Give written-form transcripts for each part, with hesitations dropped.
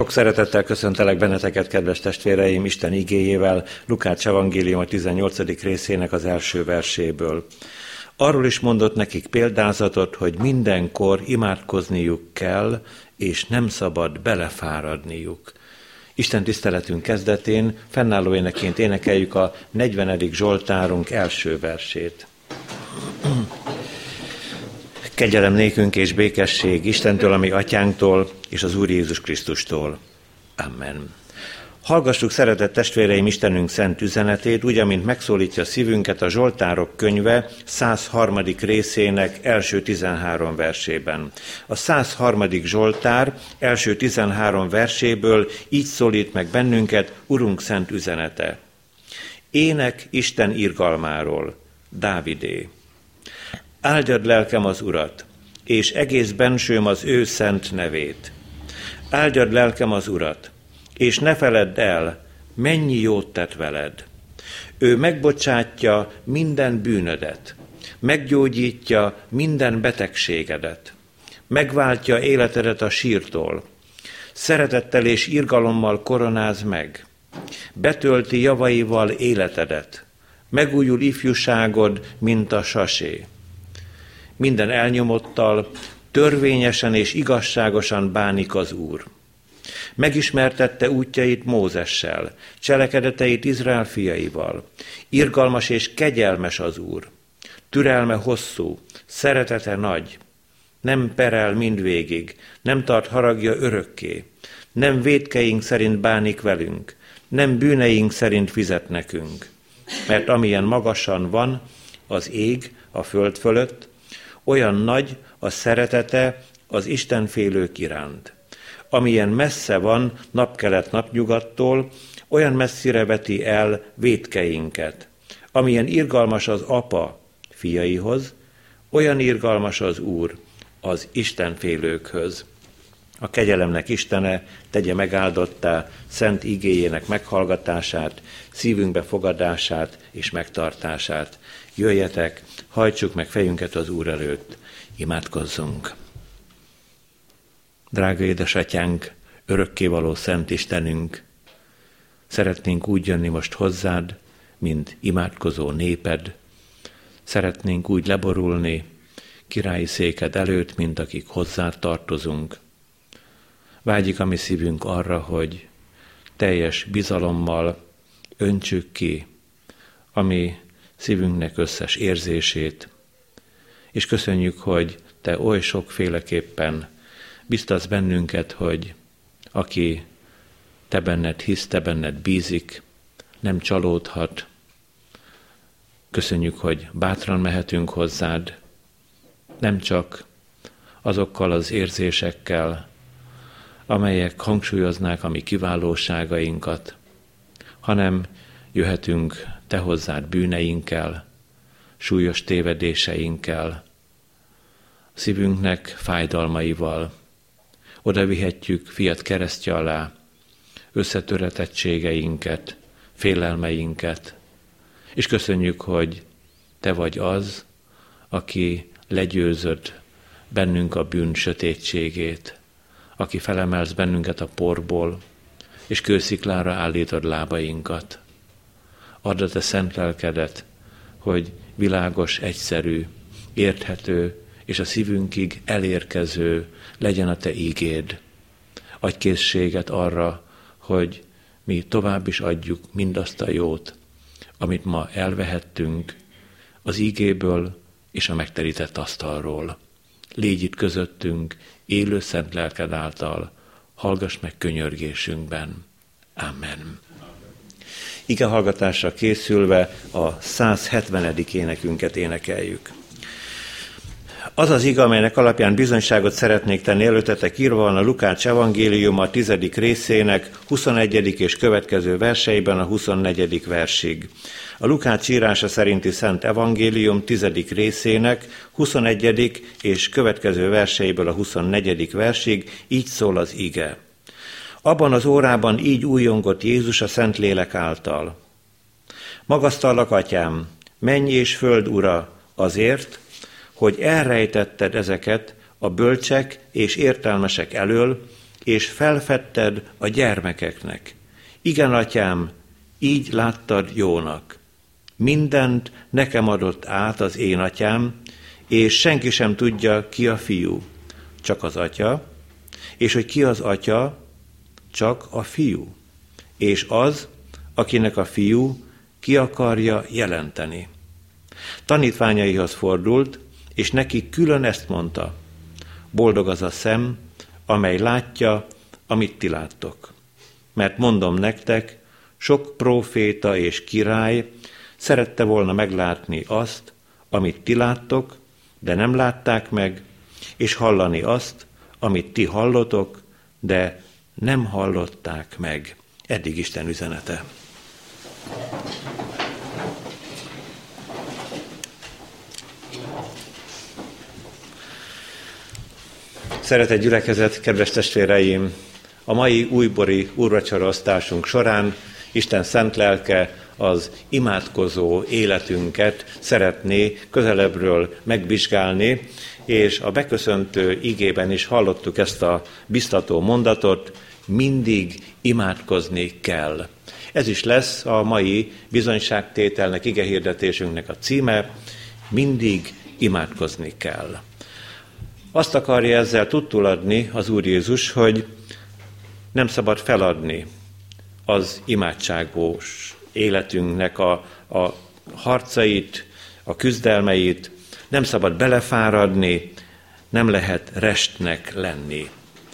Sok szeretettel köszöntelek benneteket, kedves testvéreim, Isten igéjével, Lukács evangélium a 18. részének az első verséből. Arról is mondott nekik példázatot, hogy mindenkor imádkozniuk kell, és nem szabad belefáradniuk. Isten tiszteletünk kezdetén fennálló éneként énekeljük a 40. Zsoltárunk első versét. Kegyelem nékünk és békesség Istentől, a mi atyánktól, és az Úr Jézus Krisztustól. Amen. Hallgassuk, szeretett testvéreim, Istenünk szent üzenetét, úgy, amint megszólítja szívünket a Zsoltárok könyve 103. részének első 13 versében. A 103. Zsoltár első 13 verséből így szólít meg bennünket Urunk szent üzenete. Ének Isten irgalmáról, Dávidé. Áldjad lelkem az Urat, és egész bensőm az ő szent nevét. Áldjad lelkem az Urat, és ne feledd el, mennyi jót tett veled. Ő megbocsátja minden bűnödet, meggyógyítja minden betegségedet, megváltja életedet a sírtól, szeretettel és irgalommal koronáz meg, betölti javaival életedet, megújul ifjúságod, mint a sasé. Minden elnyomottal, törvényesen és igazságosan bánik az Úr. Megismertette útjait Mózessel, cselekedeteit Izrael fiaival. Irgalmas és kegyelmes az Úr. Türelme hosszú, szeretete nagy. Nem perel mindvégig, nem tart haragja örökké. Nem vétkeink szerint bánik velünk, nem bűneink szerint fizet nekünk. Mert amilyen magasan van az ég a föld fölött, olyan nagy a szeretete az istenfélők iránt. Amilyen messze van napkelet napnyugattól, olyan messzire veti el vétkeinket. Amilyen irgalmas az apa fiaihoz, olyan irgalmas az Úr az istenfélőkhöz. A kegyelemnek Istene tegye megáldottá szent igéjének meghallgatását, szívünkbe fogadását és megtartását. Jöjjetek, hajtsuk meg fejünket az Úr előtt, imádkozzunk. Drága édesatyánk, örökkévaló szent Istenünk, szeretnénk úgy jönni most hozzád, mint imádkozó néped. Szeretnénk úgy leborulni királyi széked előtt, mint akik hozzád tartozunk. Vágyik a mi szívünk arra, hogy teljes bizalommal öntsük ki a mi szívünknek összes érzését, és köszönjük, hogy te oly sokféleképpen biztatsz bennünket, hogy aki te benned hisz, te benned bízik, nem csalódhat. Köszönjük, hogy bátran mehetünk hozzád, nem csak azokkal az érzésekkel, amelyek hangsúlyoznák a mi kiválóságainkat, hanem jöhetünk te hozzád bűneinkkel, súlyos tévedéseinkkel, szívünknek fájdalmaival. Oda vihetjük fiat keresztje alá összetöretettségeinket, félelmeinket, és köszönjük, hogy te vagy az, aki legyőzöd bennünk a bűn sötétségét, aki felemelsz bennünket a porból, és kősziklára állítod lábainkat. Add a te szent lelkedet, hogy világos, egyszerű, érthető és a szívünkig elérkező legyen a te ígéd. Adj készséget arra, hogy mi tovább is adjuk mindazt a jót, amit ma elvehettünk az ígéből és a megterített asztalról. Légy itt közöttünk, élő szent lelked által, hallgass meg könyörgésünkben. Amen. Ige hallgatásra készülve a 170. énekünket énekeljük. Az az ige, amelynek alapján bizonyságot szeretnék tenni előttetek, írva van a Lukács evangélium a 10. részének 21. és következő verseiben a 24. versig. A Lukács írása szerinti Szent Evangélium 10. részének 21. és következő verseiből a 24. versig így szól az ige. Abban az órában így újjongott Jézus a Szentlélek által. Magasztallak, Atyám, menny és föld ura, azért, hogy elrejtetted ezeket a bölcsek és értelmesek elől, és felfedted a gyermekeknek. Igen, atyám, így láttad jónak. Mindent nekem adott át az én atyám, és senki sem tudja, ki a fiú, csak az atya, és hogy ki az atya, csak a fiú, és az, akinek a fiú ki akarja jelenteni. Tanítványaihoz fordult, és neki külön ezt mondta: boldog az a szem, amely látja, amit ti láttok. Mert mondom nektek, sok próféta és király szerette volna meglátni azt, amit ti láttok, de nem látták meg, és hallani azt, amit ti hallotok, de nem hallották meg. Eddig Isten üzenete. Szeretett gyülekezet, kedves testvéreim! A mai újbori úrvacsoraosztásunk során Isten szent lelke az imádkozó életünket szeretné közelebbről megvizsgálni, és a beköszöntő igében is hallottuk ezt a biztató mondatot: mindig imádkozni kell. Ez is lesz a mai bizonyságtételnek, igehirdetésünknek a címe: mindig imádkozni kell. Azt akarja ezzel tudtul adni az Úr Jézus, hogy nem szabad feladni az imádságos életünknek a harcait, a küzdelmeit, nem szabad belefáradni, nem lehet restnek lenni.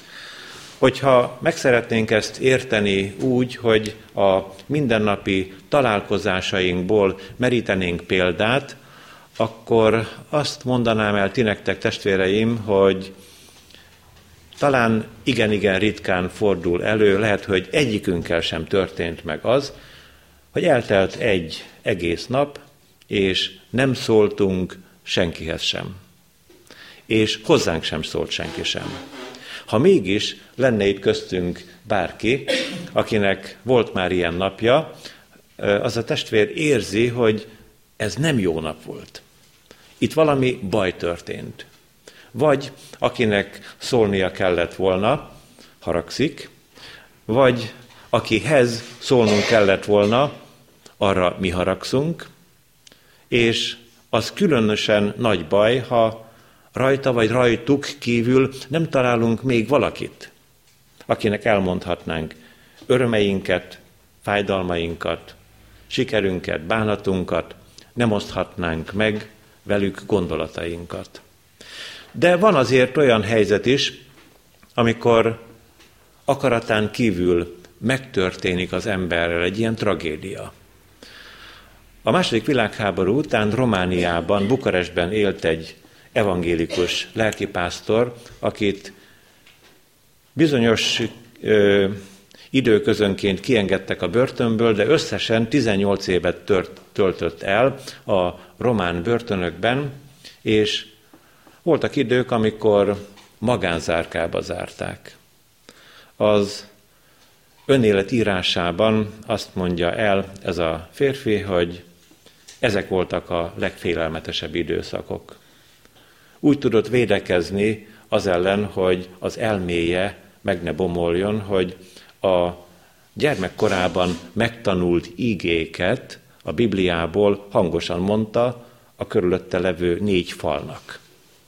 Hogyha meg szeretnénk ezt érteni úgy, hogy a mindennapi találkozásainkból merítenénk példát, akkor azt mondanám el ti nektek, testvéreim, hogy talán igen-igen ritkán fordul elő, lehet, hogy egyikünkkel sem történt meg az, hogy eltelt egy egész nap, és nem szóltunk senkihez sem. És hozzánk sem szólt senki sem. Ha mégis lenne itt köztünk bárki, akinek volt már ilyen napja, az a testvér érzi, hogy ez nem jó nap volt. Itt valami baj történt. Vagy akinek szólnia kellett volna, haragszik, vagy akihez szólnunk kellett volna, arra mi haragszunk, és az különösen nagy baj, ha rajta vagy rajtuk kívül nem találunk még valakit, akinek elmondhatnánk örömeinket, fájdalmainkat, sikerünket, bánatunkat, nem oszthatnánk meg velük gondolatainkat. De van azért olyan helyzet is, amikor akaratán kívül megtörténik az emberrel egy ilyen tragédia. A II. Világháború után Romániában, Bukarestben élt egy evangélikus lelkipásztor, akit bizonyos időközönként kiengedtek a börtönből, de összesen 18 évet töltött el a román börtönökben, és voltak idők, amikor magánzárkába zárták. Az önélet írásában azt mondja el ez a férfi, hogy ezek voltak a legfélelmetesebb időszakok. Úgy tudott védekezni az ellen, hogy az elméje meg ne bomoljon, hogy a gyermekkorában megtanult igéket a Bibliából hangosan mondta a körülötte levő 4 falnak.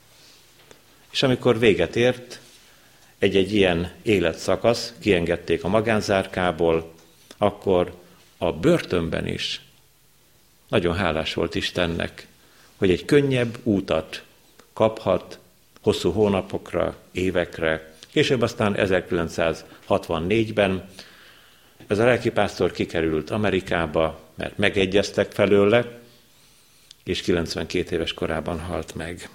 És amikor véget ért egy ilyen életszakasz, kiengedték a magánzárkából, akkor a börtönben is nagyon hálás volt Istennek, hogy egy könnyebb útat kaphat hosszú hónapokra, évekre. Később aztán 1964-ben ez a lelkipásztor kikerült Amerikába, mert megegyeztek felőle, és 92 éves korában halt meg.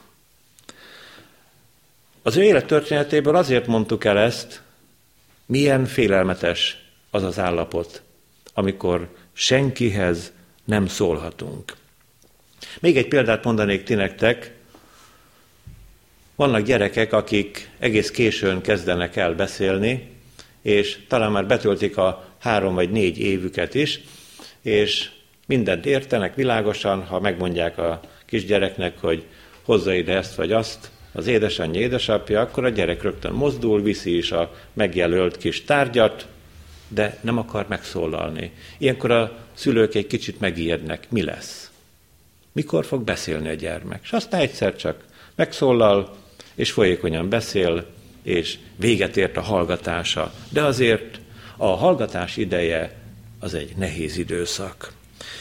Az ő élettörténetéből azért mondtuk el ezt, milyen félelmetes az az állapot, amikor senkihez nem szólhatunk. Még egy példát mondanék ti nektek. Vannak gyerekek, akik egész későn kezdenek el beszélni, és talán már betöltik a 3 vagy 4 évüket is, és mindent értenek világosan, ha megmondják a kisgyereknek, hogy hozza ide ezt vagy azt, az édesanyja, édesapja, akkor a gyerek rögtön mozdul, viszi is a megjelölt kis tárgyat, de nem akar megszólalni. Ilyenkor a szülők egy kicsit megijednek. Mi lesz? Mikor fog beszélni a gyermek? És aztán egyszer csak megszólal, és folyékonyan beszél, és véget ért a hallgatása. De azért a hallgatás ideje az egy nehéz időszak.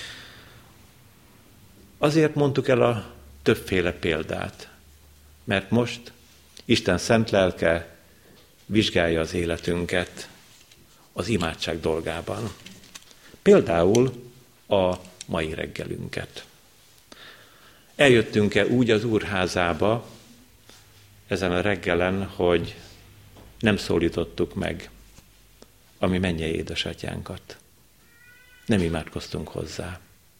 Azért mondtuk el a többféle példát, mert most Isten szent lelke vizsgálja az életünket az imádság dolgában. Például a mai reggelünket. Eljöttünk-e úgy az úrházába ezen a reggelen, hogy nem szólítottuk meg a mi mennyei édesatyánkat. Nem imádkoztunk hozzá.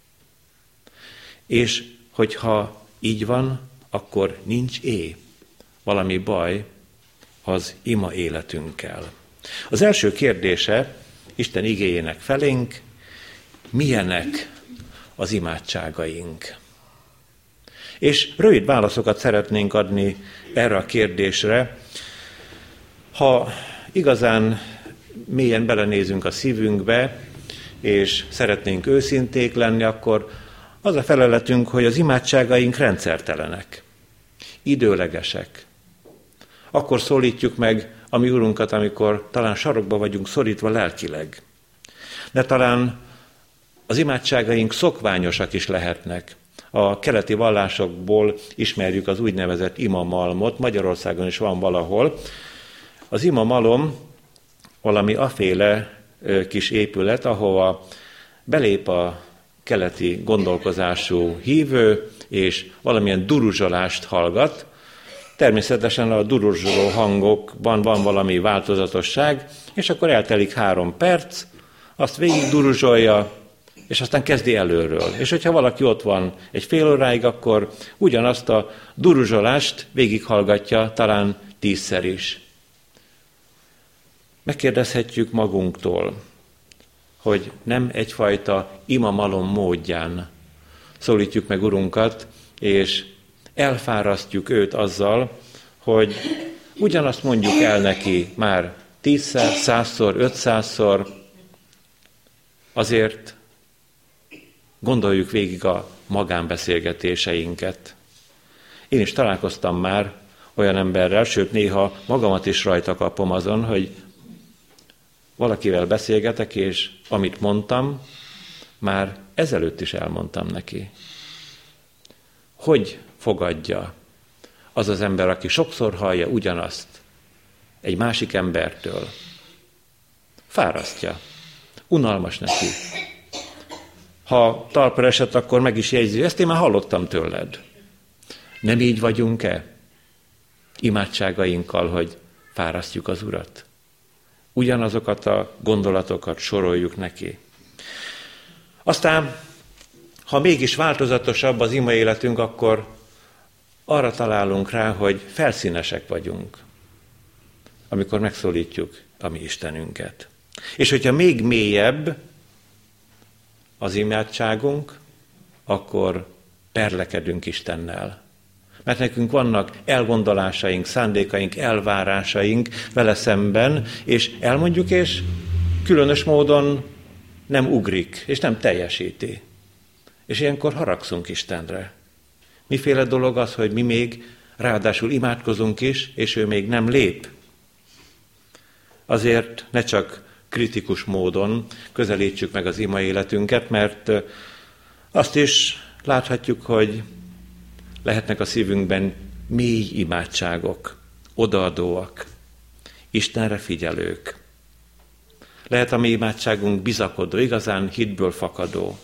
És hogyha így van, akkor nincs valami baj az ima életünkkel. Az első kérdése Isten igéjének felénk, milyenek az imádságaink? És rövid válaszokat szeretnénk adni erre a kérdésre. Ha igazán mélyen belenézünk a szívünkbe, és szeretnénk őszinték lenni, akkor az a feleletünk, hogy az imádságaink rendszertelenek, időlegesek. Akkor szólítjuk meg a mi Urunkat, amikor talán sarokba vagyunk szorítva lelkileg. De talán az imádságaink szokványosak is lehetnek. A keleti vallásokból ismerjük az úgynevezett imamalmot, Magyarországon is van valahol. Az imamalom valami aféle kis épület, ahova belép a keleti gondolkozású hívő, és valamilyen duruzsolást hallgat. Természetesen a duruzsoló hangokban van valami változatosság, és akkor eltelik 3 perc, azt végig duruzsolja, és aztán kezdi előről. És hogyha valaki ott van egy fél óráig, akkor ugyanazt a duruzsolást végighallgatja talán 10-szer is. Megkérdezhetjük magunktól, hogy nem egyfajta imamalom módján szólítjuk meg Urunkat, és elfárasztjuk őt azzal, hogy ugyanazt mondjuk el neki már 10-szer, 100-szor, 500-szor, azért gondoljuk végig a magánbeszélgetéseinket. Én is találkoztam már olyan emberrel, sőt néha magamat is rajta kapom azon, hogy valakivel beszélgetek, és amit mondtam, már ezelőtt is elmondtam neki. Hogy fogadja az az ember, aki sokszor hallja ugyanazt egy másik embertől? Fárasztja. Unalmas neki. Ha talpra esett, akkor meg is jegyzi, ezt én már hallottam tőled. Nem így vagyunk-e imádságainkkal, hogy fárasztjuk az Urat? Ugyanazokat a gondolatokat soroljuk neki. Aztán, ha mégis változatosabb az ima életünk, akkor arra találunk rá, hogy felszínesek vagyunk, amikor megszólítjuk a mi Istenünket. És hogyha még mélyebb az imádságunk, akkor perlekedünk Istennel. Mert nekünk vannak elgondolásaink, szándékaink, elvárásaink vele szemben, és elmondjuk, és különös módon nem ugrik, és nem teljesíti. És ilyenkor haragszunk Istenre. Miféle dolog az, hogy mi még ráadásul imádkozunk is, és ő még nem lép. Azért ne csak kritikus módon közelítsük meg az ima életünket, mert azt is láthatjuk, hogy lehetnek a szívünkben mély imádságok, odaadóak, Istenre figyelők. Lehet a mi imádságunk bizakodó, igazán hitből fakadó.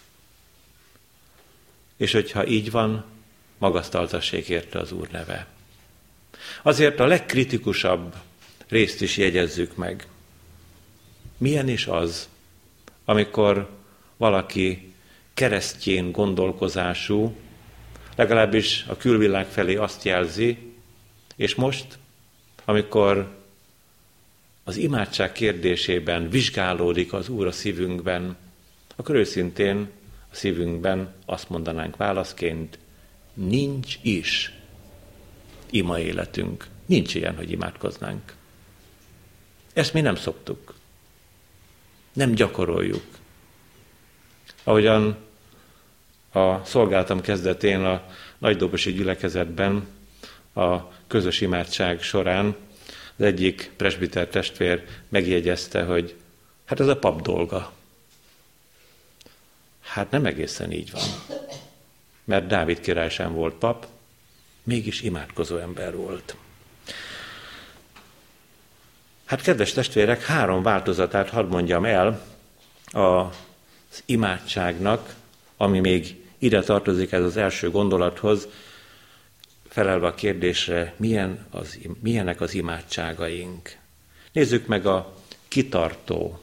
És hogyha így van, magasztaltassék érte az Úr neve. Azért a legkritikusabb részt is jegyezzük meg. Milyen is az, amikor valaki keresztjén gondolkozású, legalábbis a külvilág felé azt jelzi, és most, amikor az imádság kérdésében vizsgálódik az Úr a szívünkben, akkor őszintén a szívünkben azt mondanánk válaszként, nincs is ima életünk. Nincs ilyen, hogy imádkoznánk. Ezt mi nem szoktuk. Nem gyakoroljuk. Ahogyan a szolgálatom kezdetén a nagydobosi gyülekezetben a közös imádság során az egyik presbiter testvér megjegyezte, hogy hát ez a pap dolga. Hát nem egészen így van. Mert Dávid király sem volt pap, mégis imádkozó ember volt. Hát kedves testvérek, 3 változatát hadd mondjam el az imádságnak, ami még ide tartozik ez az első gondolathoz, felelve a kérdésre, milyenek az imádságaink. Nézzük meg a kitartó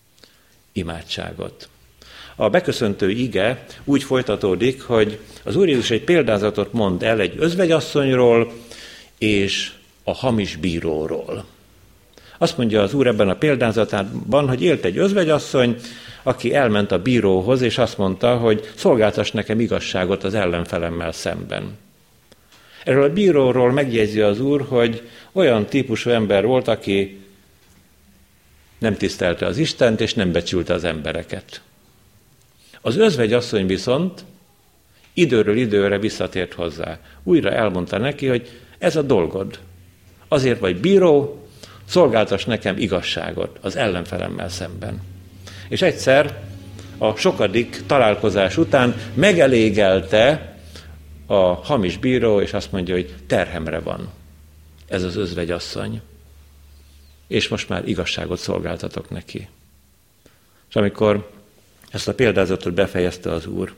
imádságot. A beköszöntő ige úgy folytatódik, hogy az Úr Jézus egy példázatot mond el egy özvegyasszonyról és a hamis bíróról. Azt mondja az Úr ebben a példázatában, hogy élt egy özvegyasszony, aki elment a bíróhoz, és azt mondta, hogy szolgáltass nekem igazságot az ellenfelemmel szemben. Erről a bíróról megjegyzi az Úr, hogy olyan típusú ember volt, aki nem tisztelte az Istent, és nem becsülte az embereket. Az özvegyasszony viszont időről időre visszatért hozzá. Újra elmondta neki, hogy ez a dolgod. Azért vagy bíró, szolgáltass nekem igazságot az ellenfelemmel szemben. És egyszer a sokadik találkozás után megelégelte a hamis bíró, és azt mondja, hogy terhemre van ez az özvegyasszony, és most már igazságot szolgáltatok neki. És amikor ezt a példázatot befejezte az Úr,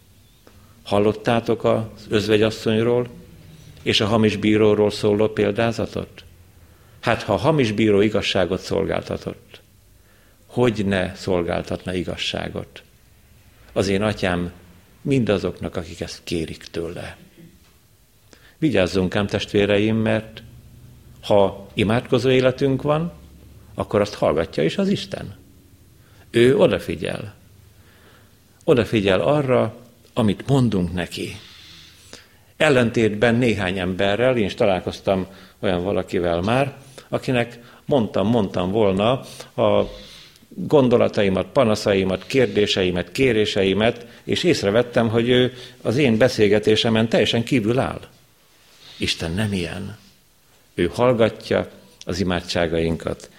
hallottátok az özvegyasszonyról és a hamis bíróról szóló példázatot? Hát, ha a hamis bíró igazságot szolgáltatott, hogy ne szolgáltatna igazságot az én atyám mindazoknak, akik ezt kérik tőle. Vigyázzunk ám, testvéreim, mert ha imádkozó életünk van, akkor azt hallgatja is az Isten. Ő odafigyel. Odafigyel arra, amit mondunk neki. Ellentétben néhány emberrel, én is találkoztam olyan valakivel már, akinek mondtam volna a gondolataimat, panaszaimat, kérdéseimet, kéréseimet, és észrevettem, hogy ő az én beszélgetésemen teljesen kívül áll. Isten nem ilyen. Ő hallgatja az imádságainkat,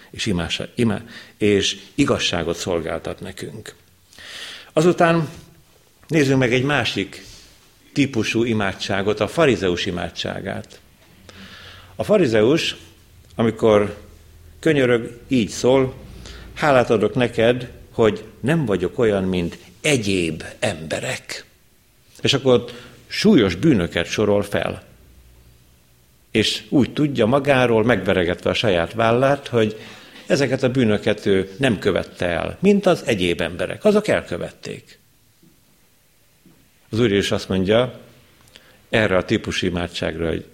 és igazságot szolgáltat nekünk. Azután nézzünk meg egy másik típusú imádságot, a farizeus imádságát. A farizeus, amikor könyörög, így szól: hálát adok neked, hogy nem vagyok olyan, mint egyéb emberek. És akkor súlyos bűnöket sorol fel. És úgy tudja magáról, megveregetve a saját vállát, hogy ezeket a bűnöket ő nem követte el, mint az egyéb emberek. Azok elkövették. Az Úr Jézus azt mondja erre a típusú imádságra, hogy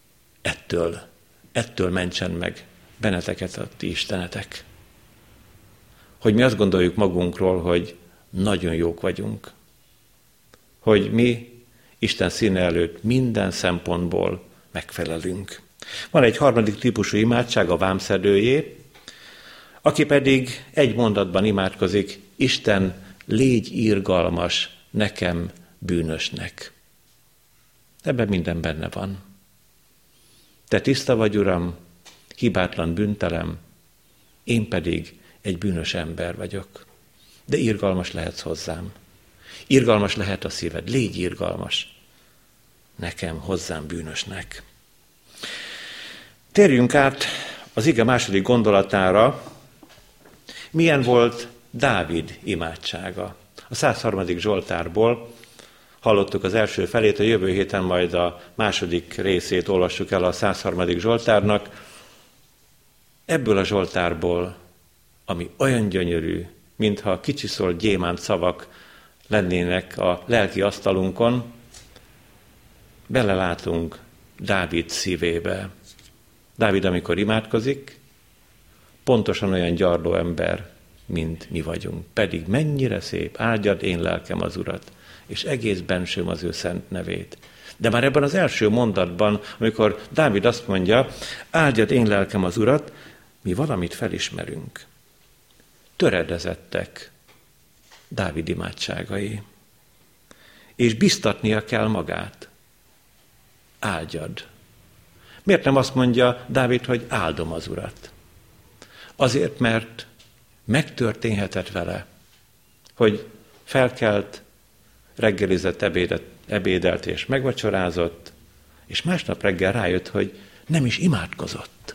ettől mentsen meg benneteket a ti istenetek. Hogy mi azt gondoljuk magunkról, hogy nagyon jók vagyunk. Hogy mi Isten színe előtt minden szempontból megfelelünk. Van egy harmadik típusú imádság, a vámszedőjé, aki pedig egy mondatban imádkozik: Isten, légy irgalmas nekem, bűnösnek. Ebben minden benne van. Te tiszta vagy, Uram, hibátlan, bűntelem, én pedig egy bűnös ember vagyok. De irgalmas lehetsz hozzám. Irgalmas lehet a szíved. Légy irgalmas nekem, hozzám, bűnösnek. Térjünk át az ige második gondolatára. Milyen volt Dávid imádsága? A 103. Zsoltárból hallottuk az első felét, a jövő héten majd a második részét olvassuk el a 103. Zsoltárnak. Ebből a Zsoltárból, ami olyan gyönyörű, mintha kicsiszolt gyémánt szavak lennének a lelki asztalunkon, belelátunk Dávid szívébe. Dávid, amikor imádkozik, pontosan olyan gyarló ember, mint mi vagyunk. Pedig mennyire szép, áldjad én lelkem az Urat, és egész bensőm az ő szent nevét. De már ebben az első mondatban, amikor Dávid azt mondja, áldjad én lelkem az Urat, mi valamit felismerünk. Töredezettek Dávid imádságai. És biztatnia kell magát. Áldjad. Miért nem azt mondja Dávid, hogy áldom az Urat? Azért, mert megtörténhetett vele, hogy felkelt, reggelizett, ebédelt és megvacsorázott, és másnap reggel rájött, hogy nem is imádkozott.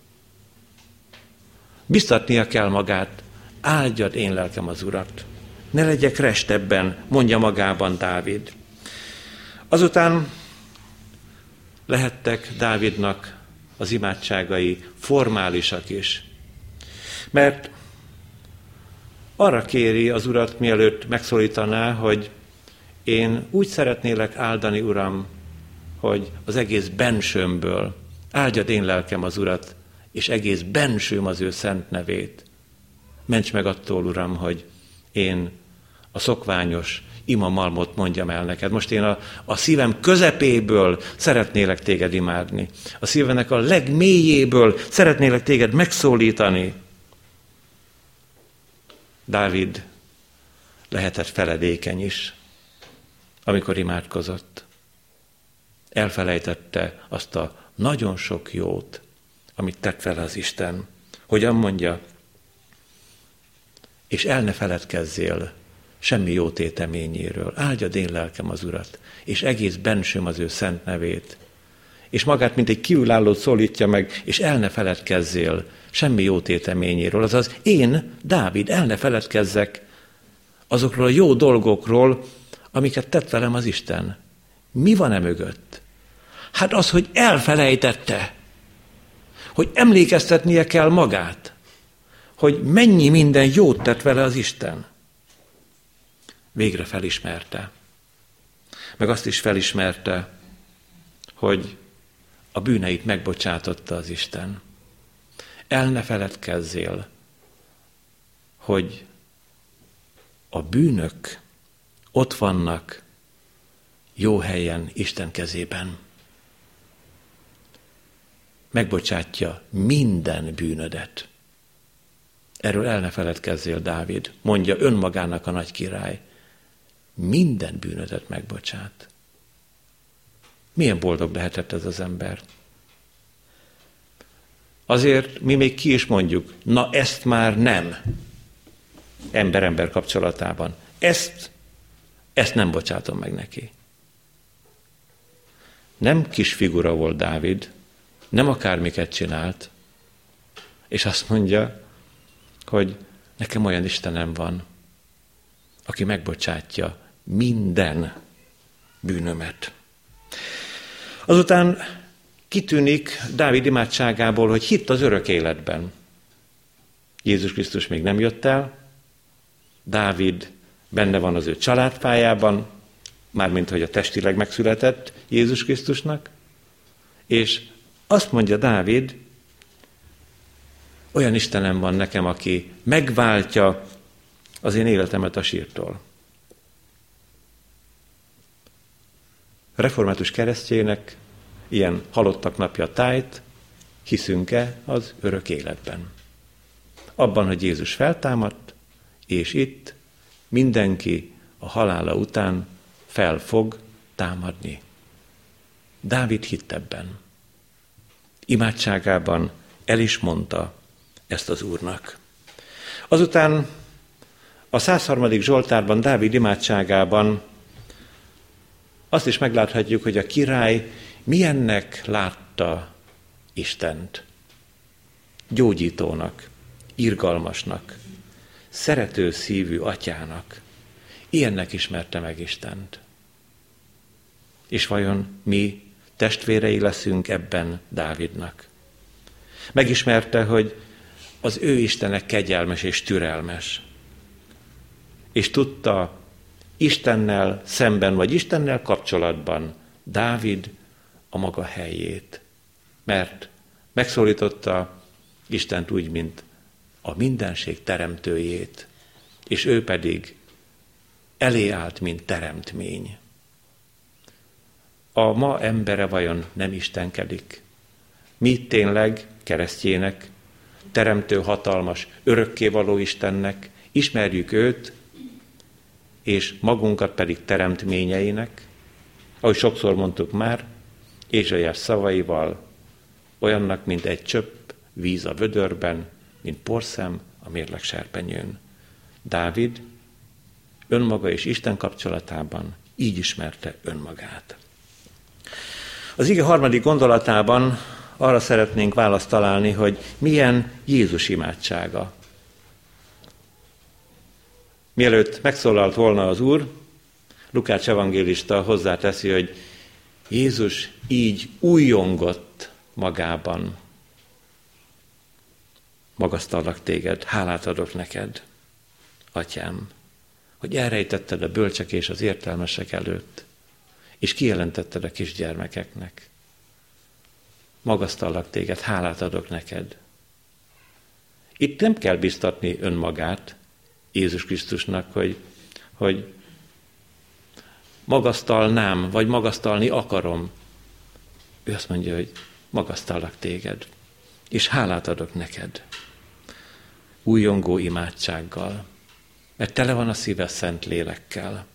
Biztatnia kell magát, áldjad én lelkem az Urat. Ne legyek restebben, mondja magában Dávid. Azután lehettek Dávidnak az imádságai formálisak is. Mert arra kéri az Urat, mielőtt megszólítaná, hogy én úgy szeretnélek áldani, Uram, hogy az egész bensőmből áldjad én lelkem az Urat, és egész bensőm az ő szent nevét. Ments meg attól, Uram, hogy én a szokványos imamalmot mondjam el neked. Most én a szívem közepéből szeretnélek téged imádni. A szívemnek a legmélyéből szeretnélek téged megszólítani. Dávid lehetett feledékeny is, amikor imádkozott. Elfelejtette azt a nagyon sok jót, amit tett fel az Isten. Hogyan mondja? És el ne feledkezzél semmi jó téteményéről. Áldjad én lelkem az Urat, és egész bensőm az ő szent nevét. És magát, mint egy kívülállót szólítja meg, és el ne feledkezzél semmi jó téteményéről. Azaz én, Dávid, el ne feledkezzek azokról a jó dolgokról, amiket tett velem az Isten. Mi van mögött? Hát az, hogy elfelejtette, hogy emlékeztetnie kell magát, hogy mennyi minden jót tett vele az Isten. Végre felismerte. Meg azt is felismerte, hogy a bűneit megbocsátotta az Isten. El ne feledkezzél, hogy a bűnök ott vannak jó helyen Isten kezében. Megbocsátja minden bűnödet. Erről el ne feledkezzél, Dávid, mondja önmagának a nagy király. Minden bűnödet megbocsát. Milyen boldog lehetett ez az ember? Azért mi még ki is mondjuk, na ezt már nem. Ember-ember kapcsolatában. Ezt nem bocsátom meg neki. Nem kis figura volt Dávid, nem akármiket csinált, és azt mondja, hogy nekem olyan Istenem van, aki megbocsátja minden bűnömet. Azután kitűnik Dávid imádságából, hogy hitt az örök életben. Jézus Krisztus még nem jött el, Dávid benne van az ő családfájában, mármint hogy a testileg megszületett Jézus Krisztusnak, és azt mondja Dávid, olyan Istenem van nekem, aki megváltja az én életemet a sírtól. A református keresztjének ilyen halottak napja tájt, hiszünk-e az örök életben? Abban, hogy Jézus feltámadt, és itt mindenki a halála után fel fog támadni. Dávid hitt ebben. Imádságában el is mondta ezt az Úrnak. Azután a 103. Zsoltárban, Dávid imádságában azt is megláthatjuk, hogy a király milyennek látta Istent. Gyógyítónak, irgalmasnak, szerető szívű atyának. Ilyennek ismerte meg Istent. És vajon mi testvérei leszünk ebben Dávidnak? Megismerte, hogy az ő Istene kegyelmes és türelmes. És tudta Istennel szemben, vagy Istennel kapcsolatban Dávid a maga helyét. Mert megszólította Istent úgy, mint a mindenség teremtőjét, és ő pedig elé állt, mint teremtmény. A ma embere vajon nem istenkedik? Mi tényleg keresztjének, teremtő, hatalmas, örökkévaló Istennek ismerjük őt, és magunkat pedig teremtményeinek, ahogy sokszor mondtuk már, Ézsaiás szavaival, olyannak, mint egy csöpp víz a vödörben, mint porszem a mérleg serpenyőn. Dávid önmaga és Isten kapcsolatában így ismerte önmagát. Az ige harmadik gondolatában arra szeretnénk választ találni, hogy milyen Jézus imádsága. Mielőtt megszólalt volna az Úr, Lukács evangélista hozzáteszi, hogy Jézus így újjongott magában. Magasztallak téged, hálát adok neked, Atyám, hogy elrejtetted a bölcsek és az értelmesek előtt, és kijelentetted a kisgyermekeknek. Magasztallak téged, hálát adok neked. Itt nem kell biztatni önmagát Jézus Krisztusnak, hogy magasztalnám, vagy magasztalni akarom. Ő azt mondja, hogy magasztallak téged, és hálát adok neked. Újjongó imádsággal, mert tele van a szíve szent lélekkel.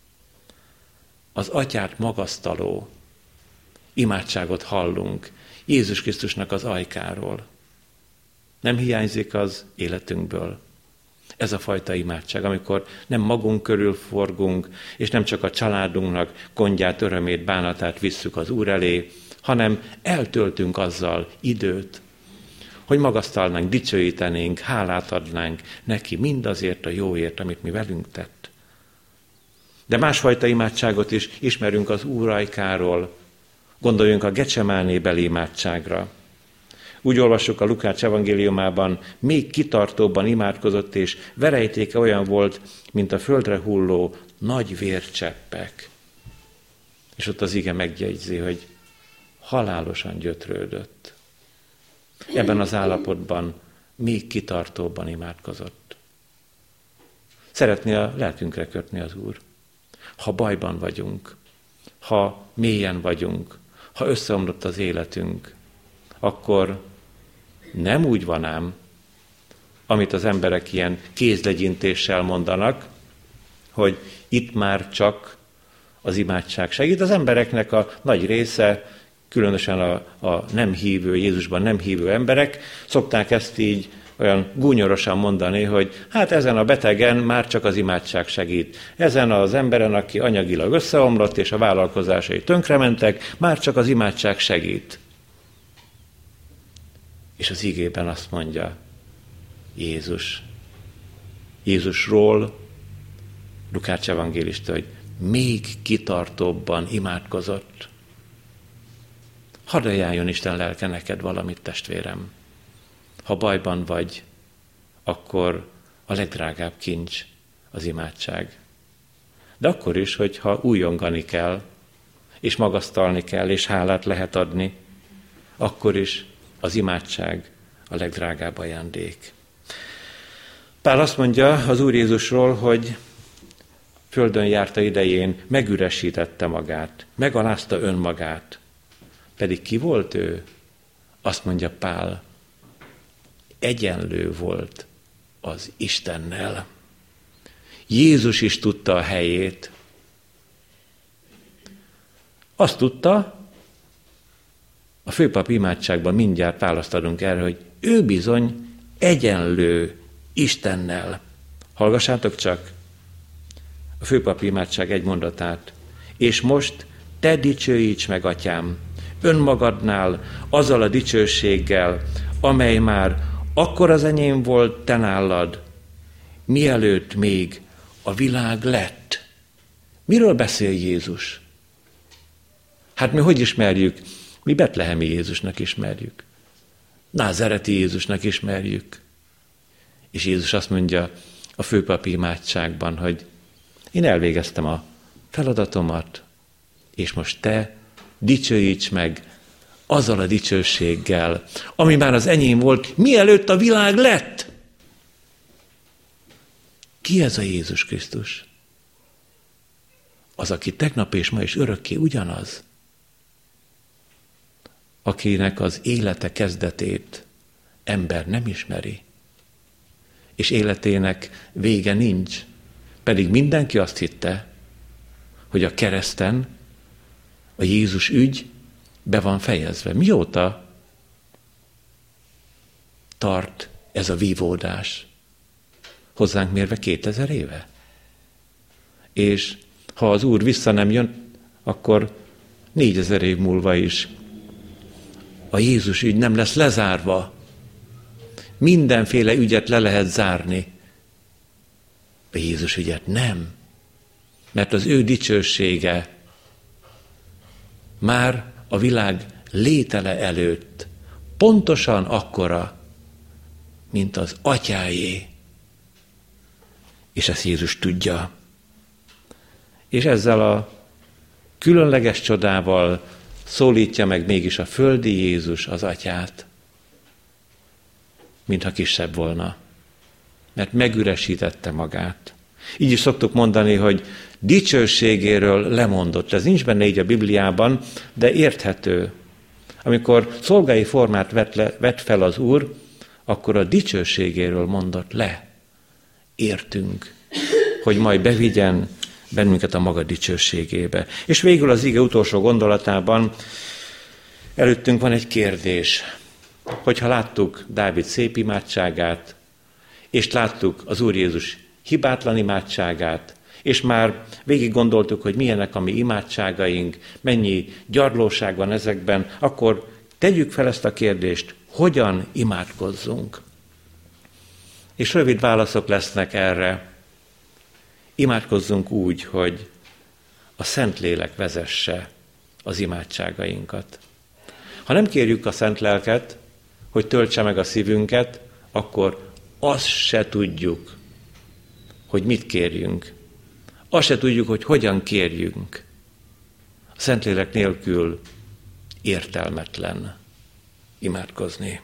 Az Atyát magasztaló imádságot hallunk Jézus Krisztusnak az ajkáról. Nem hiányzik az életünkből ez a fajta imádság, amikor nem magunk körül forgunk, és nem csak a családunknak gondját, örömét, bánatát visszük az Úr elé, hanem eltöltünk azzal időt, hogy magasztalnánk, dicsőítenénk, hálát adnánk neki mindazért a jóért, amit mi velünk tett. De másfajta imádságot is ismerünk az Úr ajkáról. Gondoljunk a Gecsemánébeli imádságra. Úgy olvassuk a Lukács evangéliumában, még kitartóbban imádkozott, és verejtéke olyan volt, mint a földre hulló nagy vércseppek. És ott az ige megjegyzi, hogy halálosan gyötrődött. Ebben az állapotban még kitartóbban imádkozott. Szeretné a lelkünkre kötni az Úr. Ha bajban vagyunk, ha mélyen vagyunk, ha összeomlott az életünk, akkor nem úgy van ám, amit az emberek ilyen kézlegyintéssel mondanak, hogy itt már csak az imádság segít. Az embereknek a nagy része, különösen a nem hívő, Jézusban nem hívő emberek szokták ezt így olyan gúnyorosan mondani, hogy hát ezen a betegen már csak az imádság segít. Ezen az emberen, aki anyagilag összeomlott, és a vállalkozásai tönkrementek, már csak az imádság segít. És az igében azt mondja Jézusról, Lukács evangélista, hogy még kitartóbban imádkozott. Hadd ajánljon Isten lelke neked valamit, testvérem. Ha bajban vagy, akkor a legdrágább kincs az imádság. De akkor is, hogyha újjongani kell, és magasztalni kell, és hálát lehet adni, akkor is az imádság a legdrágább ajándék. Pál azt mondja az Úr Jézusról, hogy földön járta idején, megüresítette magát, megalázta önmagát. Pedig ki volt ő? Azt mondja Pál, egyenlő volt az Istennel. Jézus is tudta a helyét. Azt tudta, a főpap imádságban mindjárt választ adunk erre, hogy ő bizony egyenlő Istennel. Hallgassátok csak a főpap imádság egy mondatát. És most te dicsőíts meg, Atyám, önmagadnál azzal a dicsőséggel, amely már akkor az enyém volt te nálad, mielőtt még a világ lett. Miről beszél Jézus? Hát mi hogy ismerjük? Mi betlehemi Jézusnak ismerjük. Názáreti Jézusnak ismerjük. És Jézus azt mondja a főpapi imádságban, hogy én elvégeztem a feladatomat, és most te dicsőíts meg azzal a dicsőséggel, ami már az enyém volt, mielőtt a világ lett. Ki ez a Jézus Krisztus? Az, aki tegnap és ma is örökké ugyanaz. Akinek az élete kezdetét ember nem ismeri, és életének vége nincs, pedig mindenki azt hitte, hogy a kereszten a Jézus ügy be van fejezve. Mióta tart ez a vívódás? Hozzánk mérve 2000 éve. És ha az Úr vissza nem jön, akkor 4000 év múlva is a Jézus ügy nem lesz lezárva. Mindenféle ügyet le lehet zárni. A Jézus ügyet nem. Mert az ő dicsősége már a világ létele előtt pontosan akkora, mint az atyájé. És ezt Jézus tudja. És ezzel a különleges csodával szólítja meg mégis a földi Jézus az atyát, mintha kisebb volna, mert megüresítette magát. Így is szoktuk mondani, hogy dicsőségéről lemondott. Ez nincs benne így a Bibliában, de érthető. Amikor szolgai formát vett fel az Úr, akkor a dicsőségéről mondott le. Értünk, hogy majd bevigyen bennünket a maga dicsőségébe. És végül az ige utolsó gondolatában előttünk van egy kérdés. Hogyha láttuk Dávid szép imádságát, és láttuk az Úr Jézus hibátlan imádságát, és már végig gondoltuk, hogy milyenek a mi imádságaink, mennyi gyarlóság van ezekben, akkor tegyük fel ezt a kérdést, hogyan imádkozzunk. És rövid válaszok lesznek erre. Imádkozzunk úgy, hogy a Szentlélek vezesse az imádságainkat. Ha nem kérjük a Szentlelket, hogy töltse meg a szívünket, akkor azt se tudjuk, hogy mit kérjünk. Azt se tudjuk, hogy hogyan kérjünk. A Szentlélek nélkül értelmetlen imádkozni.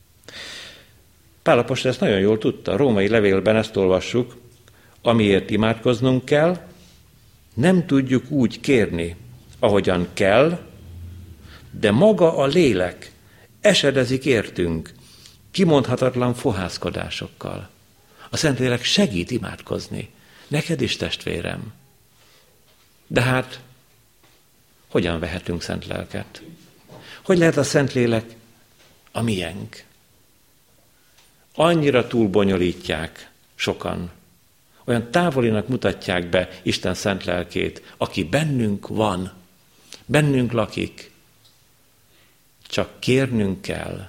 Pál apostol ezt nagyon jól tudta. A római levélben ezt olvassuk, amiért imádkoznunk kell, nem tudjuk úgy kérni, ahogyan kell, de maga a lélek esedezik értünk, kimondhatatlan fohászkodásokkal. A Szentlélek segít imádkozni. Neked is, testvérem. De hát, hogyan vehetünk Szentlelket? Hogy lehet a Szentlélek a miénk? Annyira túlbonyolítják sokan. Olyan távolinak mutatják be Isten szent lelkét, aki bennünk van, bennünk lakik. Csak kérnünk kell.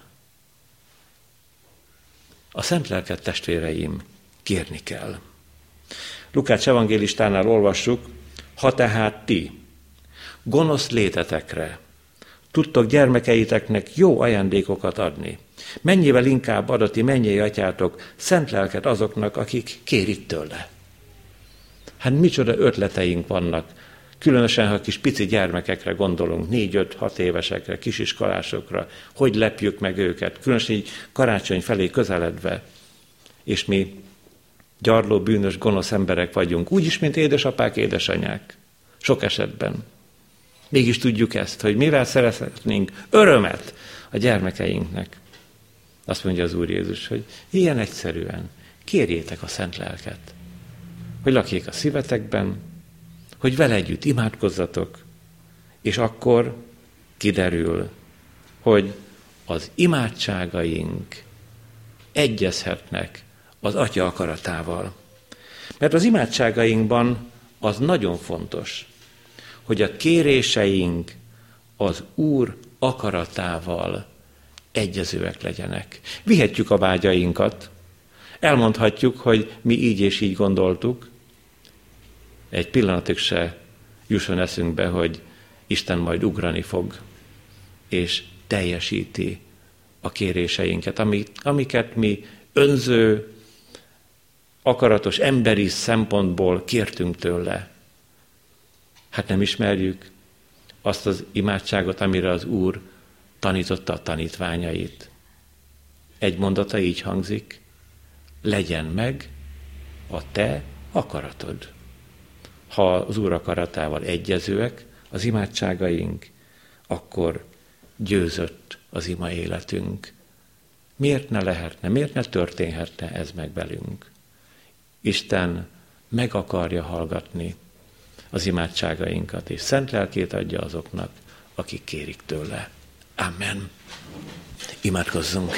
A szent lelket, testvéreim, kérni kell. Lukács evangélistánál olvassuk, ha tehát ti, gonosz létetekre, tudtok gyermekeiteknek jó ajándékokat adni, mennyivel inkább adati mennyei atyátok szent lelket azoknak, akik kérik tőle. Hát micsoda ötleteink vannak, különösen, ha kis pici gyermekekre gondolunk, 4-5-6 évesekre, kisiskolásokra, hogy lepjük meg őket, különösen így karácsony felé közeledve, és mi gyarló, bűnös, gonosz emberek vagyunk, úgyis, mint édesapák, édesanyák, sok esetben. Mégis tudjuk ezt, hogy mivel szerezhetnénk örömet a gyermekeinknek. Azt mondja az Úr Jézus, hogy ilyen egyszerűen kérjétek a szent lelket, hogy lakjék a szívetekben, hogy vele együtt imádkozzatok, és akkor kiderül, hogy az imádságaink egyezhetnek az Atya akaratával. Mert az imádságainkban az nagyon fontos, hogy a kéréseink az Úr akaratával egyezőek legyenek. Vihetjük a vágyainkat, elmondhatjuk, hogy mi így és így gondoltuk, egy pillanatig se jusson eszünkbe, hogy Isten majd ugrani fog, és teljesíti a kéréseinket, amiket mi önző, akaratos, emberi szempontból kértünk tőle. Hát nem ismerjük azt az imádságot, amire az Úr tanította a tanítványait. Egy mondata így hangzik, legyen meg a te akaratod. Ha az Úr akaratával egyezőek az imádságaink, akkor győzött az ima életünk. Miért ne lehetne, miért ne történhetne ez meg velünk? Isten meg akarja hallgatni az imádságainkat, és szent lelkét adja azoknak, akik kérik tőle. Amen. Imádkozzunk.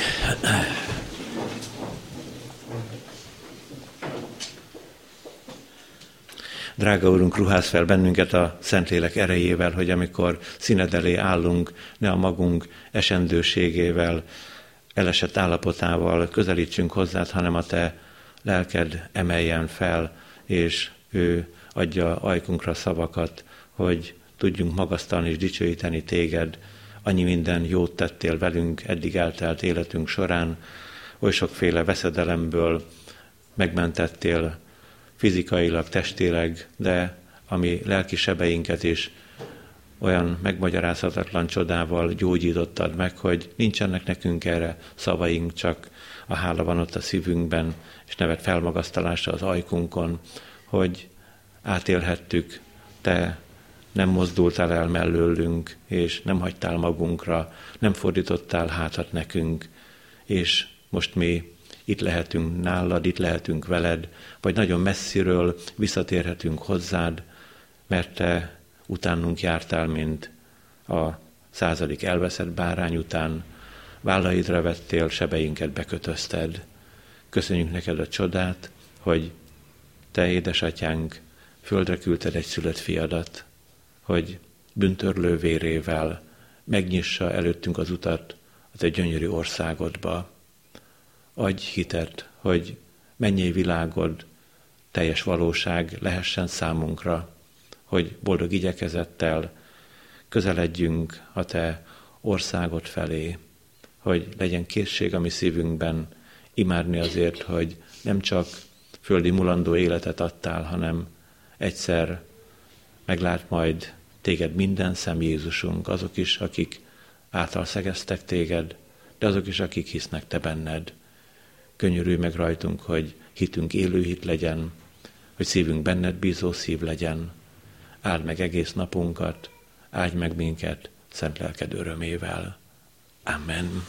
Drága Úrunk, ruház fel bennünket a Szentlélek erejével, hogy amikor színed elé állunk, ne a magunk esendőségével, elesett állapotával közelítsünk hozzád, hanem a te lelked emeljen fel, és ő adja ajkunkra szavakat, hogy tudjunk magasztalni és dicsőíteni téged. Annyi minden jót tettél velünk eddig eltelt életünk során, oly sokféle veszedelemből megmentettél fizikailag, testileg, de ami lelki sebeinket is olyan megmagyarázhatatlan csodával gyógyítottad meg, hogy nincsenek nekünk erre szavaink, csak a hála van ott a szívünkben, és neved felmagasztalása az ajkunkon, hogy átélhettük, te nem mozdultál el mellőlünk, és nem hagytál magunkra, nem fordítottál hátat nekünk, és most mi itt lehetünk nálad, itt lehetünk veled, vagy nagyon messziről visszatérhetünk hozzád, mert te utánunk jártál, mint a 100. elveszett bárány után, vállaidra vettél, sebeinket bekötözted. Köszönjük neked a csodát, hogy te, édesatyánk, földre küldted egy szülött fiadat, hogy bűntörlő vérével megnyissa előttünk az utat a te gyönyörű országodba. Adj hitet, hogy mennyei világod teljes valóság lehessen számunkra, hogy boldog igyekezettel közeledjünk a te országod felé, hogy legyen készség a mi szívünkben imádni azért, hogy nem csak földi mulandó életet adtál, hanem egyszer meglát majd téged minden szem, Jézusunk, azok is, akik által szegeztek téged, de azok is, akik hisznek te benned. Könyörülj meg rajtunk, hogy hitünk élő hit legyen, hogy szívünk benned bízó szív legyen. Áld meg egész napunkat, áldj meg minket szent lelked örömével. Amen.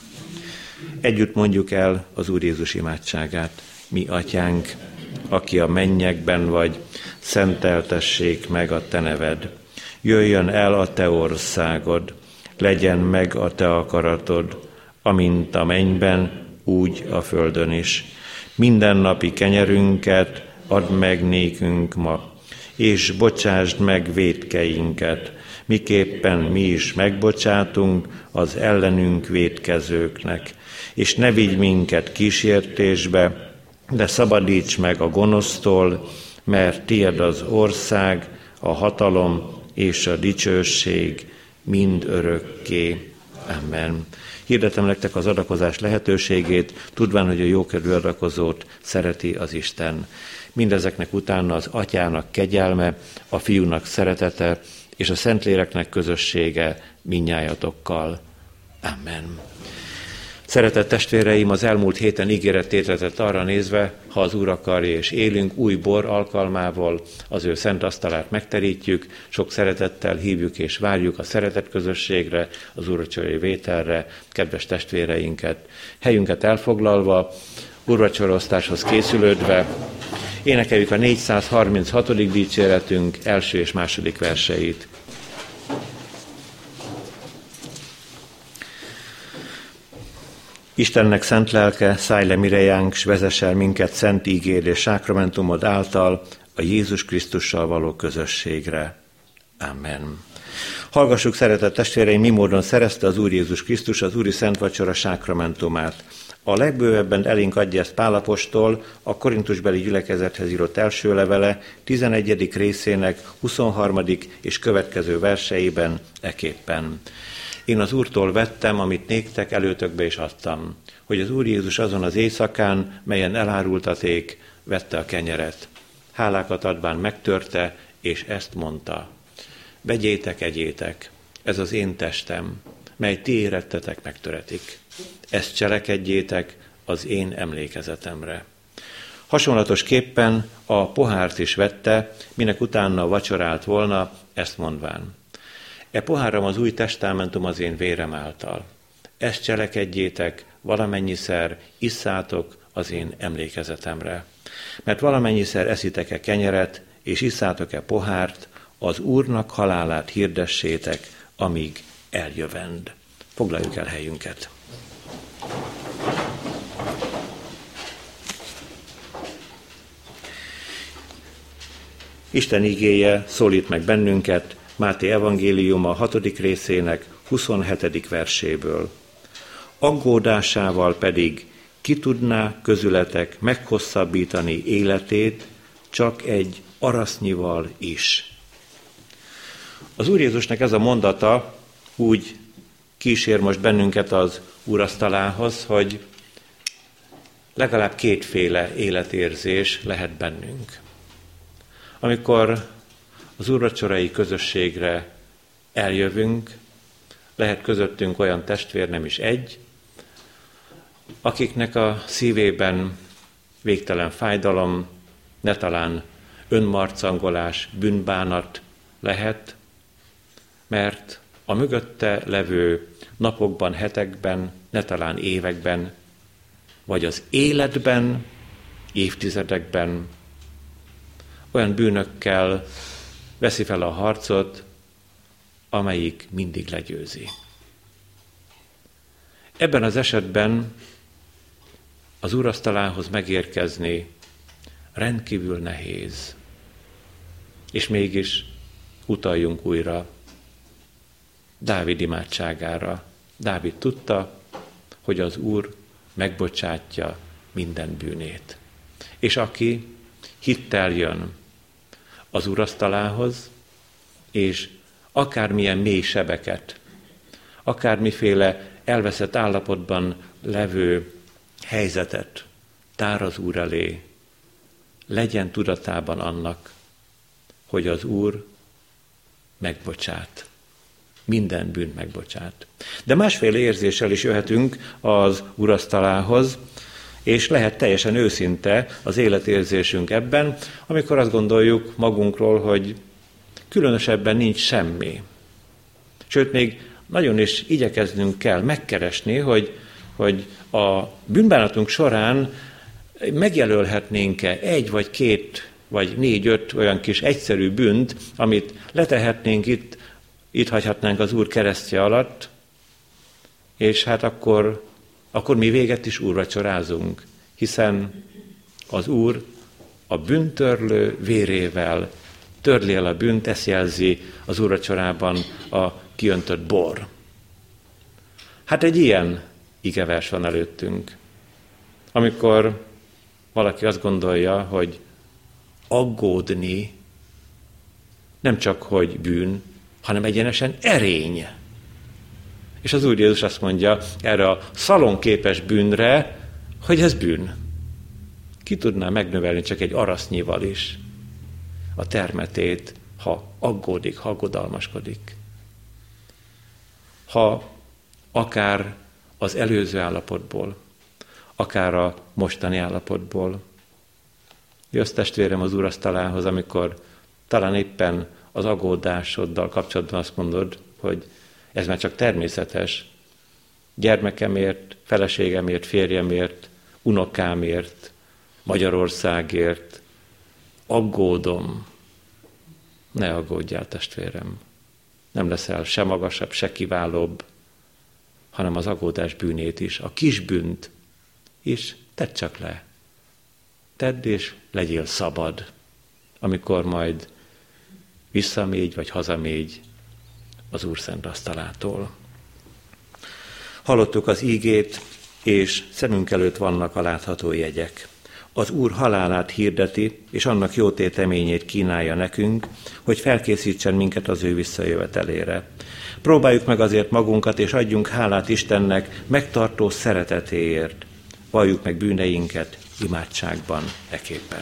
Együtt mondjuk el az Úr Jézus imádságát. Mi atyánk, aki a mennyekben vagy, szenteltessék meg a te neved. Jöjjön el a te országod, legyen meg a te akaratod, amint a mennyben, úgy a földön is. Mindennapi kenyerünket add meg nékünk ma, és bocsásd meg vétkeinket, miképpen mi is megbocsátunk az ellenünk vétkezőknek. És ne vigy minket kísértésbe, de szabadíts meg a gonosztól, mert tied az ország, a hatalom és a dicsőség mind örökké. Amen. Hirdetem nektek az adakozás lehetőségét, tudván, hogy a jókedvű adakozót szereti az Isten. Mindezeknek utána az Atyának kegyelme, a Fiúnak szeretete és a Szentléleknek közössége mindnyájatokkal. Amen. Szeretett testvéreim, az elmúlt héten ígérettétre tett arra nézve, ha az Úr akarja és élünk, új bor alkalmával az ő szent asztalát megterítjük, sok szeretettel hívjuk és várjuk a szeretet közösségre, az úrvacsorai vételre, kedves testvéreinket. Helyünket elfoglalva, úrvacsoraosztáshoz készülődve, énekeljük a 436. dicséretünk első és második verseit. Istennek szent lelke, szállj le mirejánk, s vezess el minket szent ígéd és sákramentumod által a Jézus Krisztussal való közösségre. Amen. Hallgassuk, szeretett testvéreim, mi módon szerezte az Úr Jézus Krisztus az Úri Szent Vacsora sákramentumát. A legbővebben elénk adja ezt Pál apostol a korintusbeli gyülekezethez írott első levele 11. részének 23. és következő verseiben eképpen. Én az Úrtól vettem, amit néktek előtökbe is adtam, hogy az Úr Jézus azon az éjszakán, melyen elárultaték, vette a kenyeret. Hálákat adván megtörte, és ezt mondta: vegyétek, egyétek, ez az én testem, mely ti érettetek megtöretik. Ezt cselekedjétek az én emlékezetemre. Hasonlatosképpen a pohárt is vette, minek utána vacsorált volna, ezt mondván: E poháram az új testamentum az én vérem által. Ezt cselekedjétek, valamennyiszer isszátok az én emlékezetemre. Mert valamennyiszer eszitek-e kenyeret, és isszátok-e pohárt, az Úrnak halálát hirdessétek, amíg eljövend. Foglaljuk el helyünket. Isten igéje szólít meg bennünket Máté evangéliuma 6. részének 27. verséből. Aggódásával pedig ki tudná közületek meghosszabbítani életét csak egy arasznyival is. Az Úr Jézusnak ez a mondata úgy kísér most bennünket az úrasztalához, hogy legalább kétféle életérzés lehet bennünk. Amikor az úrvacsorai közösségre eljövünk, lehet közöttünk olyan testvér, nem is egy, akiknek a szívében végtelen fájdalom, netalán önmarcangolás, bűnbánat lehet, mert a mögötte levő napokban, hetekben, netalán években, vagy az életben, évtizedekben olyan bűnökkel veszi fel a harcot, amelyik mindig legyőzi. Ebben az esetben az úrasztalához megérkezni rendkívül nehéz. És mégis utaljunk újra Dávid imádságára. Dávid tudta, hogy az Úr megbocsátja minden bűnét. És aki hittel jön az úrasztalához, és akármilyen mély sebeket, akármiféle elveszett állapotban levő helyzetet tár az Úr elé, legyen tudatában annak, hogy az Úr megbocsát. Minden bűnt megbocsát. De másféle érzéssel is jöhetünk az úrasztalához, és lehet teljesen őszinte az életérzésünk ebben, amikor azt gondoljuk magunkról, hogy különösebben nincs semmi. Sőt, még nagyon is igyekeznünk kell megkeresni, hogy a bűnbánatunk során megjelölhetnénk-e egy vagy két vagy 4-5 olyan kis egyszerű bűnt, amit letehetnénk itt hagyhatnánk az Úr keresztje alatt, és hát akkor mi véget is úrvacsorázunk, hiszen az Úr a bűntörlő vérével törli el a bűnt, ezt jelzi az úrvacsorában a kiöntött bor. Hát egy ilyen igevers van előttünk, amikor valaki azt gondolja, hogy aggódni nem csak hogy bűn, hanem egyenesen erény. És az Úr Jézus azt mondja erre a szalonképes bűnre, hogy ez bűn. Ki tudná megnövelni csak egy arasznyival is a termetét, ha aggódik, ha aggodalmaskodik. Ha akár az előző állapotból, akár a mostani állapotból jössz, testvérem, az úrasztalához, amikor talán éppen az aggódásoddal kapcsolatban azt mondod, hogy ez már csak természetes. Gyermekemért, feleségemért, férjemért, unokámért, Magyarországért aggódom. Ne aggódjál, testvérem. Nem leszel se magasabb, se kiválóbb, hanem az aggódás bűnét is, a kis bűnt is tedd csak le. Tedd és legyél szabad, amikor majd visszamégy vagy hazamégy az Úr szent asztalától. Hallottuk az ígét, és szemünk előtt vannak a látható jegyek. Az Úr halálát hirdeti, és annak jó téteményét kínálja nekünk, hogy felkészítsen minket az ő visszajövetelére. Próbáljuk meg azért magunkat, és adjunk hálát Istennek megtartó szeretetéért. Valljuk meg bűneinket imádságban eképpen.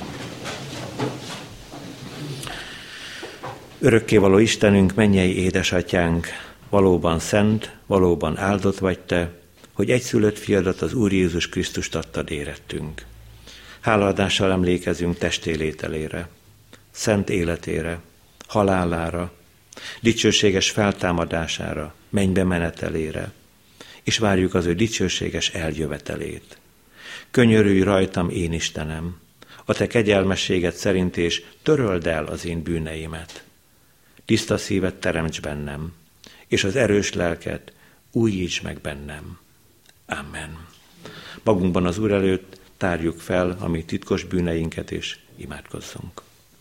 Örökkévaló Istenünk, mennyei édesatyánk, valóban szent, valóban áldott vagy Te, hogy egyszülött fiadat, az Úr Jézus Krisztust adtad érettünk. Hálaadással emlékezünk testélételére, szent életére, halálára, dicsőséges feltámadására, mennybe menetelére, és várjuk az ő dicsőséges eljövetelét. Könyörülj rajtam, én Istenem, a te kegyelmességed szerint, és töröld el az én bűneimet. Tiszta szívet teremts bennem, és az erős lelket újíts meg bennem. Amen. Magunkban az Úr előtt tárjuk fel a mi titkos bűneinket, és imádkozzunk.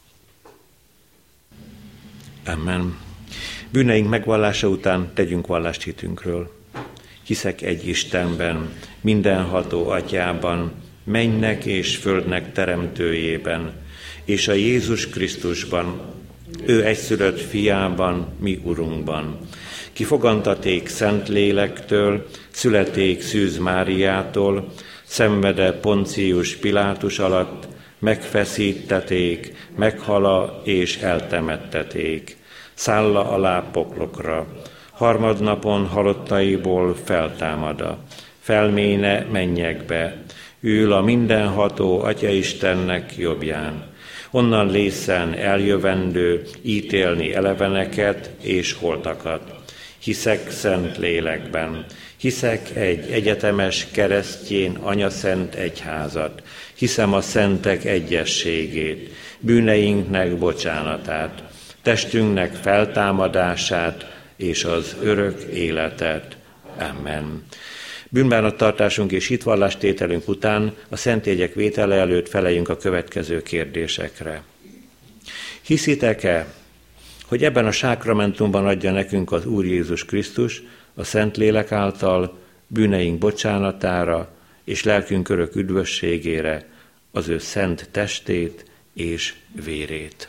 Amen. Bűneink megvallása után tegyünk vallást hitünkről. Hiszek egy Istenben, mindenható Atyában, mennynek és földnek teremtőjében, és a Jézus Krisztusban, ő egyszülött fiában, mi Urunkban, ki fogantaték Szent Lélektől, születték Szűz Máriától, szenvede Poncius Pilátus alatt, megfeszítették, meghala és eltemetteték, szálla alá poklokra, harmadnapon halottaiból feltámada, felméne mennyekbe, ül a mindenható Atya-Istennek jobbján, onnan lészen eljövendő, ítélni eleveneket és holtakat. Hiszek Szent Lélekben, hiszek egy egyetemes keresztjén anyaszent egyházat, hiszem a szentek egyességét, bűneinknek bocsánatát, testünknek feltámadását és az örök életet. Amen. Bűnbánattartásunk és hitvallástételünk után a szentjegyek vétele előtt feleljünk a következő kérdésekre. Hiszitek-e, hogy ebben a sákramentumban adja nekünk az Úr Jézus Krisztus a Szentlélek által bűneink bocsánatára és lelkünk örök üdvösségére az ő szent testét és vérét?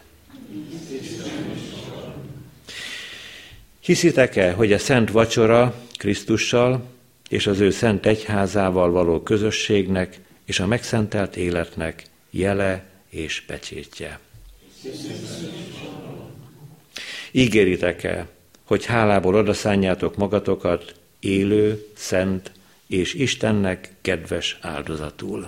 Hiszitek-e, hogy a szent vacsora Krisztussal és az ő szent egyházával való közösségnek és a megszentelt életnek jele és pecsétje? Ígéritek-e, hogy hálából odaszánjátok magatokat élő, szent és Istennek kedves áldozatul?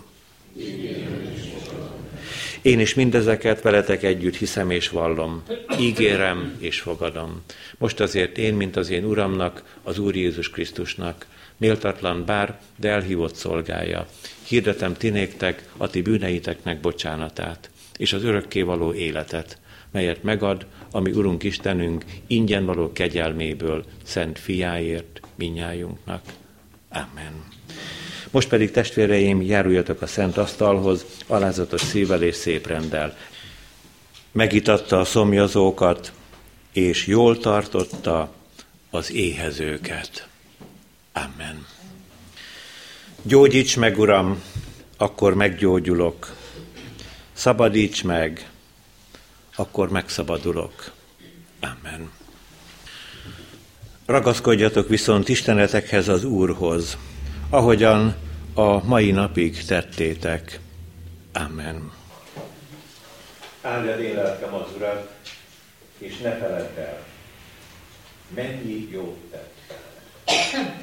Én is mindezeket veletek együtt hiszem és vallom, ígérem és fogadom. Most azért én, mint az én Uramnak, az Úr Jézus Krisztusnak, méltatlan bár, de elhívott szolgája, hirdetem ti néktek a ti bűneiteknek bocsánatát, és az örökkévaló életet, melyet megad a mi Urunk Istenünk ingyen való kegyelméből szent fiáért minnyájunknak. Amen. Most pedig, testvéreim, járuljatok a szent asztalhoz, alázatos szívvel és szép renddel. Megitatta a szomjazókat, és jól tartotta az éhezőket. Amen. Gyógyíts meg, Uram, akkor meggyógyulok. Szabadíts meg, akkor megszabadulok. Amen. Ragaszkodjatok viszont istenetekhez, az Úrhoz, ahogyan a mai napig tettétek. Amen. Áldjad én lelkem az Urat, és ne feledd el, mennyi jót tett veled.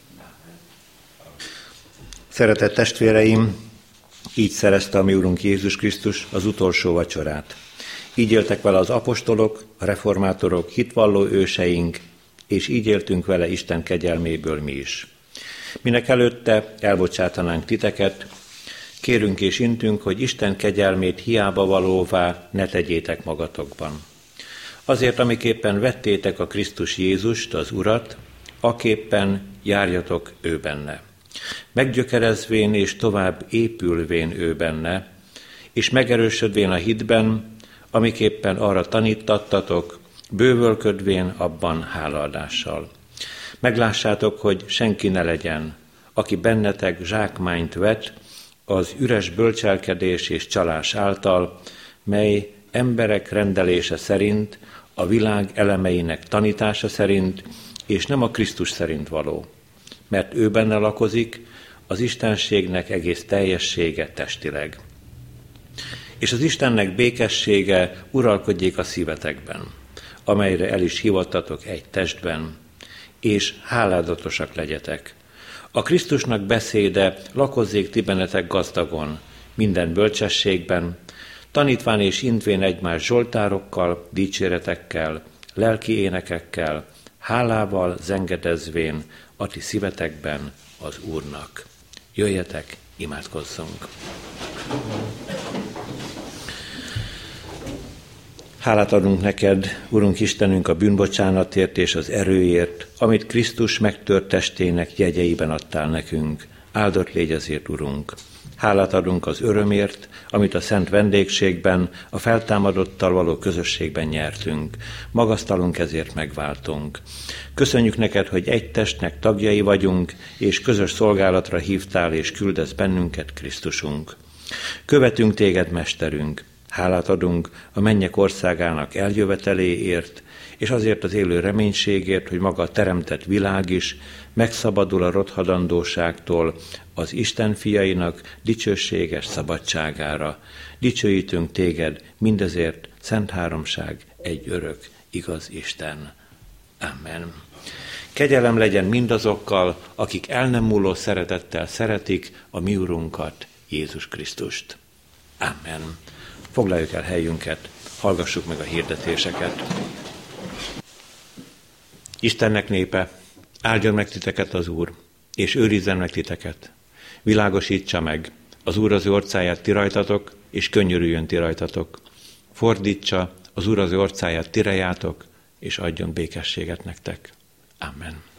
Szeretett testvéreim, így szerezte a mi Urunk Jézus Krisztus az utolsó vacsorát. Így éltek vele az apostolok, a reformátorok, hitvalló őseink, és így éltünk vele Isten kegyelméből mi is. Minek előtte elbocsátanánk titeket, kérünk és intünk, hogy Isten kegyelmét hiába valóvá ne tegyétek magatokban. Azért, amiképpen vettétek a Krisztus Jézust, az Urat, aképpen járjatok ő benne. Meggyökerezvén és tovább épülvén ő benne, és megerősödvén a hitben, amiképpen arra tanítattatok, bővölködvén abban hálaadással. Meglássátok, hogy senki ne legyen, aki bennetek zsákmányt vet az üres bölcselkedés és csalás által, mely emberek rendelése szerint, a világ elemeinek tanítása szerint, és nem a Krisztus szerint való. Mert ő benne lakozik, az Istenségnek egész teljessége testileg. És az Istennek békessége uralkodjék a szívetekben, amelyre el is hívattatok egy testben, és háládatosak legyetek. A Krisztusnak beszéde lakozzék ti bennetek gazdagon, minden bölcsességben, tanítván és intvén egymás zsoltárokkal, dicséretekkel, lelki énekekkel, hálával zengedezvén a ti szívetekben az Úrnak. Jöjjetek, imádkozzunk! Hálát adunk neked, Urunk Istenünk, a bűnbocsánatért és az erőért, amit Krisztus megtört testének jegyeiben adtál nekünk. Áldott légy ezért, Urunk! Hálát adunk az örömért, amit a szent vendégségben, a feltámadottal való közösségben nyertünk. Magasztalunk ezért megváltunk. Köszönjük neked, hogy egy testnek tagjai vagyunk, és közös szolgálatra hívtál és küldesz bennünket, Krisztusunk. Követünk téged, Mesterünk. Hálát adunk a mennyek országának eljöveteléért, és azért az élő reménységért, hogy maga a teremtett világ is megszabadul a rothadandóságtól az Isten fiainak dicsőséges szabadságára. Dicsőítünk téged mindezért, Szent Háromság, egy örök, igaz Isten. Amen. Kegyelem legyen mindazokkal, akik el nem múló szeretettel szeretik a mi Urunkat, Jézus Krisztust. Amen. Foglaljuk el helyünket, hallgassuk meg a hirdetéseket. Istennek népe, áldjon meg titeket az Úr, és őrizzen meg titeket. Világosítsa meg az Úr az ő orcáját ti rajtatok, és könyörüljön ti rajtatok. Fordítsa az Úr az ő orcáját ti rejátok, és adjon békességet nektek. Amen.